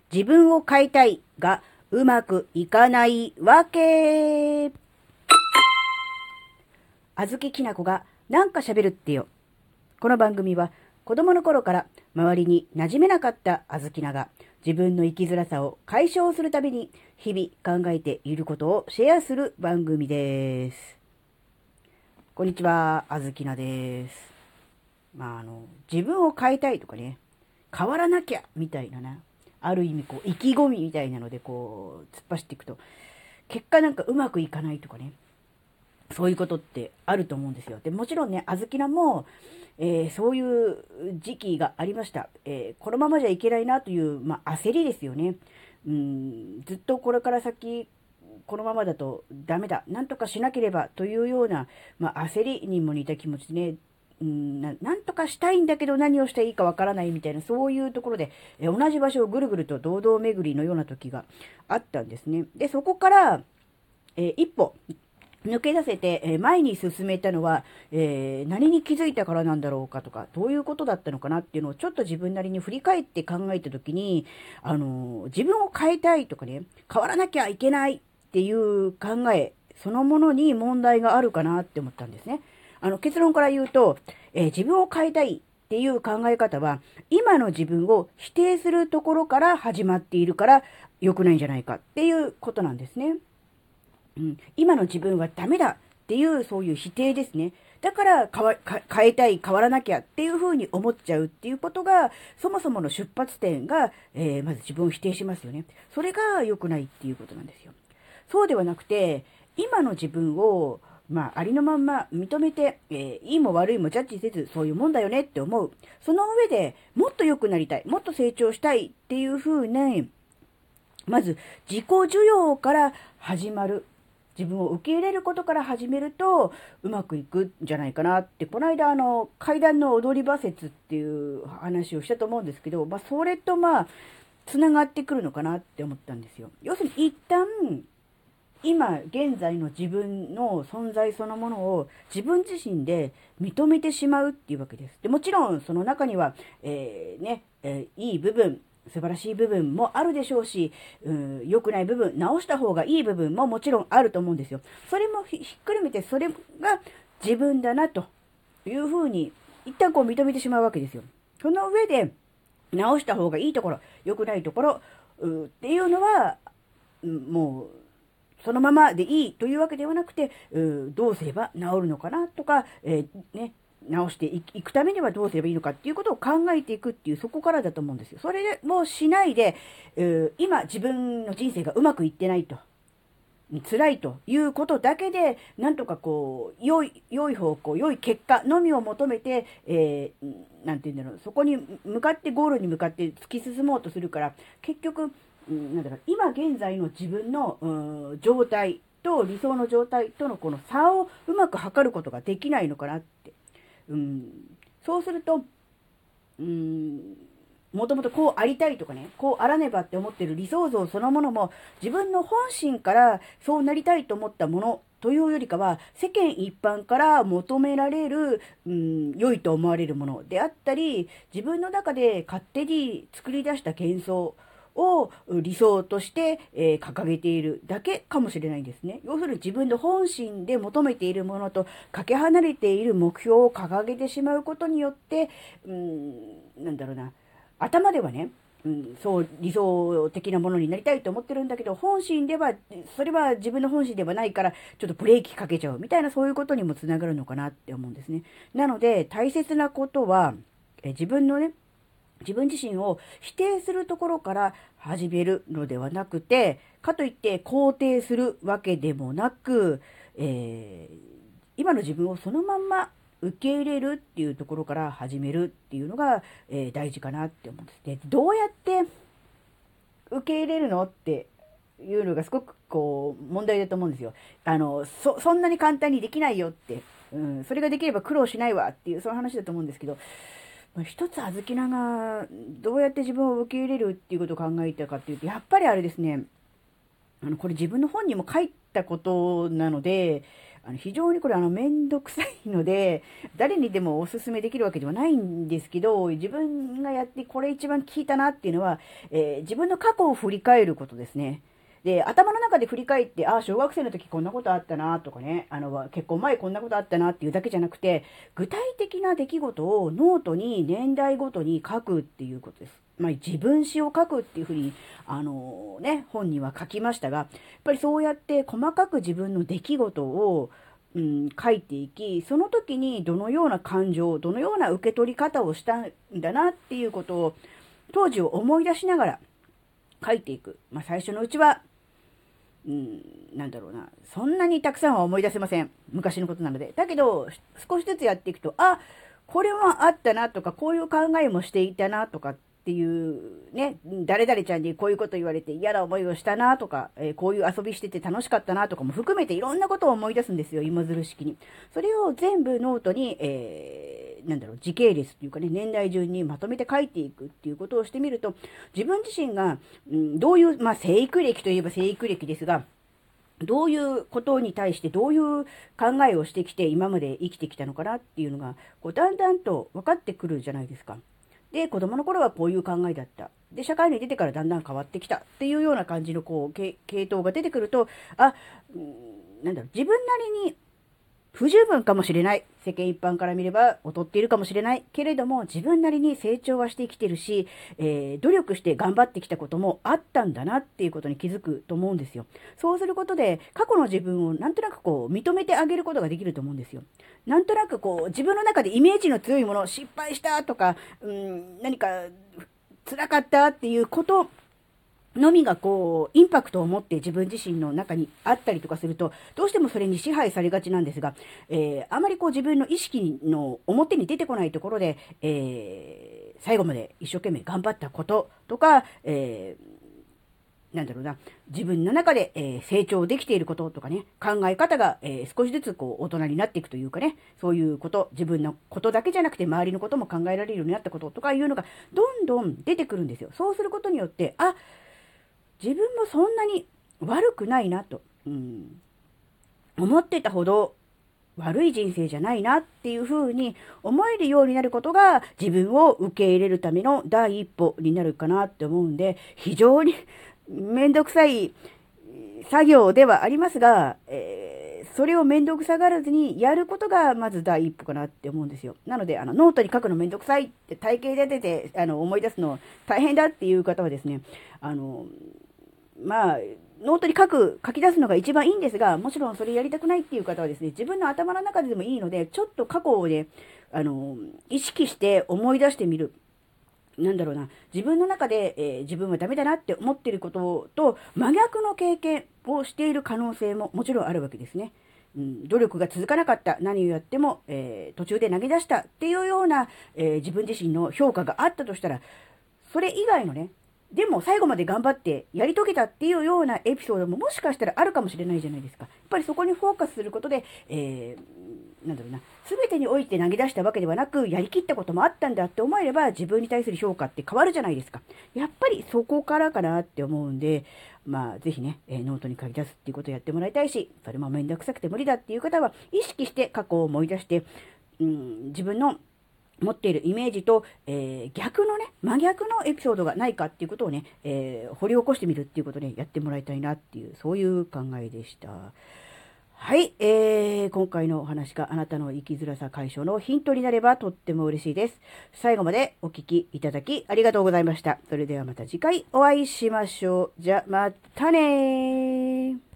自分を変えたいがうまくいかないわけ。あずききなこがなんか喋るってよ。この番組は子供の頃から周りに馴染めなかったあずきなが自分の生きづらさを解消するために日々考えていることをシェアする番組です。こんにちは、あずきなです。自分を変えたいとかね、変わらなきゃみたいなね、ある意味意気込みみたいなので突っ走っていくと、結果なんかうまくいかないとかね、そういうことってあると思うんですよ。で、もちろんね、あずきなも、そういう時期がありました。このままじゃいけないなという、焦りですよね。ずっとこれから先、このままだとダメだ。なんとかしなければというような、焦りにも似た気持ちでね、なんとかしたいんだけど何をしたらいいかわからないみたいな、そういうところで、同じ場所をぐるぐると堂々巡りのような時があったんですね。で、そこから、一歩、抜け出せて、前に進めたのは、何に気づいたからなんだろうかとか、どういうことだったのかなっていうのをちょっと自分なりに振り返って考えたときに、自分を変えたいとかね、変わらなきゃいけないっていう考え、そのものに問題があるかなって思ったんですね。結論から言うと、自分を変えたいっていう考え方は、今の自分を否定するところから始まっているから良くないんじゃないかっていうことなんですね。今の自分はダメだっていうそういう否定ですね。だから変えたい、変わらなきゃっていうふうに思っちゃうっていうことが、そもそもの出発点が、まず自分を否定しますよね。それが良くないっていうことなんですよ。そうではなくて、今の自分を、ありのまんま認めて、いいも悪いもジャッジせず、そういうもんだよねって思う。その上でもっと良くなりたい、もっと成長したいっていうふうに、まず自己需要から始まる。自分を受け入れることから始めるとうまくいくんじゃないかなって、この間階段の踊り場説っていう話をしたと思うんですけど、それとつながってくるのかなって思ったんですよ。要するに一旦、今現在の自分の存在そのものを自分自身で認めてしまうっていうわけです。でもちろんその中には、いい部分、素晴らしい部分もあるでしょうし、良くない部分、直した方がいい部分ももちろんあると思うんですよ。それもひっくるめて、それが自分だなというふうに一旦認めてしまうわけですよ。その上で直した方がいいところ、良くないところっていうのは、もうそのままでいいというわけではなくて、どうすれば治るのかなとか、直していくためにはどうすればいいのかっていうことを考えていくっていう、そこからだと思うんですよ。それもしないで、今自分の人生がうまくいってないと。辛いということだけで、なんとか良い方向、良い結果のみを求めて、なんて言うんだろう、そこに向かって、ゴールに向かって突き進もうとするから、結局、今現在の自分の状態と理想の状態とのこの差をうまく測ることができないのかなって。そうすると、もともとこうありたいとかね、こうあらねばって思ってる理想像そのものも、自分の本心からそうなりたいと思ったものというよりかは、世間一般から求められる、良いと思われるものであったり、自分の中で勝手に作り出した幻想を理想として、掲げているだけかもしれないんですね。要するに自分の本心で求めているものとかけ離れている目標を掲げてしまうことによって、なんだろうな、頭ではね、そう理想的なものになりたいと思ってるんだけど、本心では、それは自分の本心ではないから、ちょっとブレーキかけちゃうみたいな、そういうことにもつながるのかなって思うんですね。なので、大切なことは、自分のね、自分自身を否定するところから始めるのではなくて、かといって肯定するわけでもなく、今の自分をそのまんま受け入れるっていうところから始めるっていうのが、大事かなって思うんです。で、どうやって受け入れるのっていうのがすごく問題だと思うんですよ。そんなに簡単にできないよって、それができれば苦労しないわっていう、そういう話だと思うんですけど、一つあずきながどうやって自分を受け入れるっていうことを考えたかっていうと、やっぱりあれですね、これ自分の本にも書いたことなので、 非常にこれめんどくさいので、誰にでもおすすめできるわけではないんですけど、自分がやってこれ一番効いたなっていうのは、自分の過去を振り返ることですね。で、頭の中で振り返って、ああ、小学生の時こんなことあったなとかね、結婚前こんなことあったなっていうだけじゃなくて、具体的な出来事をノートに年代ごとに書くっていうことです。自分詩を書くっていうふうに、本には書きましたが、やっぱりそうやって細かく自分の出来事を、書いていき、その時にどのような感情、どのような受け取り方をしたんだなっていうことを、当時を思い出しながら書いていく。最初のうちは、そんなにたくさんは思い出せません。昔のことなので。だけど、少しずつやっていくと、あ、これはあったなとか、こういう考えもしていたなとかっていうね、誰々ちゃんにこういうこと言われて嫌な思いをしたなとか、こういう遊びしてて楽しかったなとかも含めていろんなことを思い出すんですよ、芋づる式に。それを全部ノートに、時系列っていうかね、年代順にまとめて書いていくっていうことをしてみると、自分自身が、どういう、生育歴といえば生育歴ですが、どういうことに対してどういう考えをしてきて今まで生きてきたのかなっていうのが、だんだんと分かってくるじゃないですか。で、子供の頃はこういう考えだった。で、社会に出てからだんだん変わってきたっていうような感じの系統が出てくると、自分なりに不十分かもしれない。世間一般から見れば劣っているかもしれない。けれども自分なりに成長はして生きてるし、努力して頑張ってきたこともあったんだなっていうことに気づくと思うんですよ。そうすることで過去の自分をなんとなく認めてあげることができると思うんですよ。なんとなく自分の中でイメージの強いもの、失敗したとか、何か辛かったっていうことのみがインパクトを持って自分自身の中にあったりとかすると、どうしてもそれに支配されがちなんですが、あまり自分の意識の表に出てこないところで、最後まで一生懸命頑張ったこととか、自分の中で、成長できていることとかね、考え方が、少しずつ大人になっていくというかね、そういうこと、自分のことだけじゃなくて周りのことも考えられるようになったこととかいうのがどんどん出てくるんですよ。そうすることによって、自分もそんなに悪くないなと、思ってたほど悪い人生じゃないなっていう風に思えるようになることが自分を受け入れるための第一歩になるかなって思うんで、非常にめんどくさい作業ではありますが、それをめんどくさがらずにやることがまず第一歩かなって思うんですよ。なので、ノートに書くのめんどくさいって体系で出て思い出すの大変だっていう方はですね、ノートに書き出すのが一番いいんですが、もちろんそれやりたくないっていう方はですね、自分の頭の中でもいいので、ちょっと過去をね、意識して思い出してみる。自分の中で、自分はダメだなって思っていることと真逆の経験をしている可能性ももちろんあるわけですね。努力が続かなかった、何をやっても、途中で投げ出したっていうような、自分自身の評価があったとしたら、それ以外のね、でも最後まで頑張ってやり遂げたっていうようなエピソードももしかしたらあるかもしれないじゃないですか。やっぱりそこにフォーカスすることで、全てにおいて投げ出したわけではなく、やりきったこともあったんだって思えれば、自分に対する評価って変わるじゃないですか。やっぱりそこからかなって思うんで、ぜひね、ノートに書き出すっていうことをやってもらいたいし、それもめんどくさくて無理だっていう方は、意識して過去を思い出して、自分の持っているイメージと、真逆のエピソードがないかっていうことをね、掘り起こしてみるっていうことでやってもらいたいなっていう、そういう考えでした。はい、今回のお話があなたの生きづらさ解消のヒントになればとっても嬉しいです。最後までお聞きいただきありがとうございました。それではまた次回お会いしましょう。じゃ、またねー。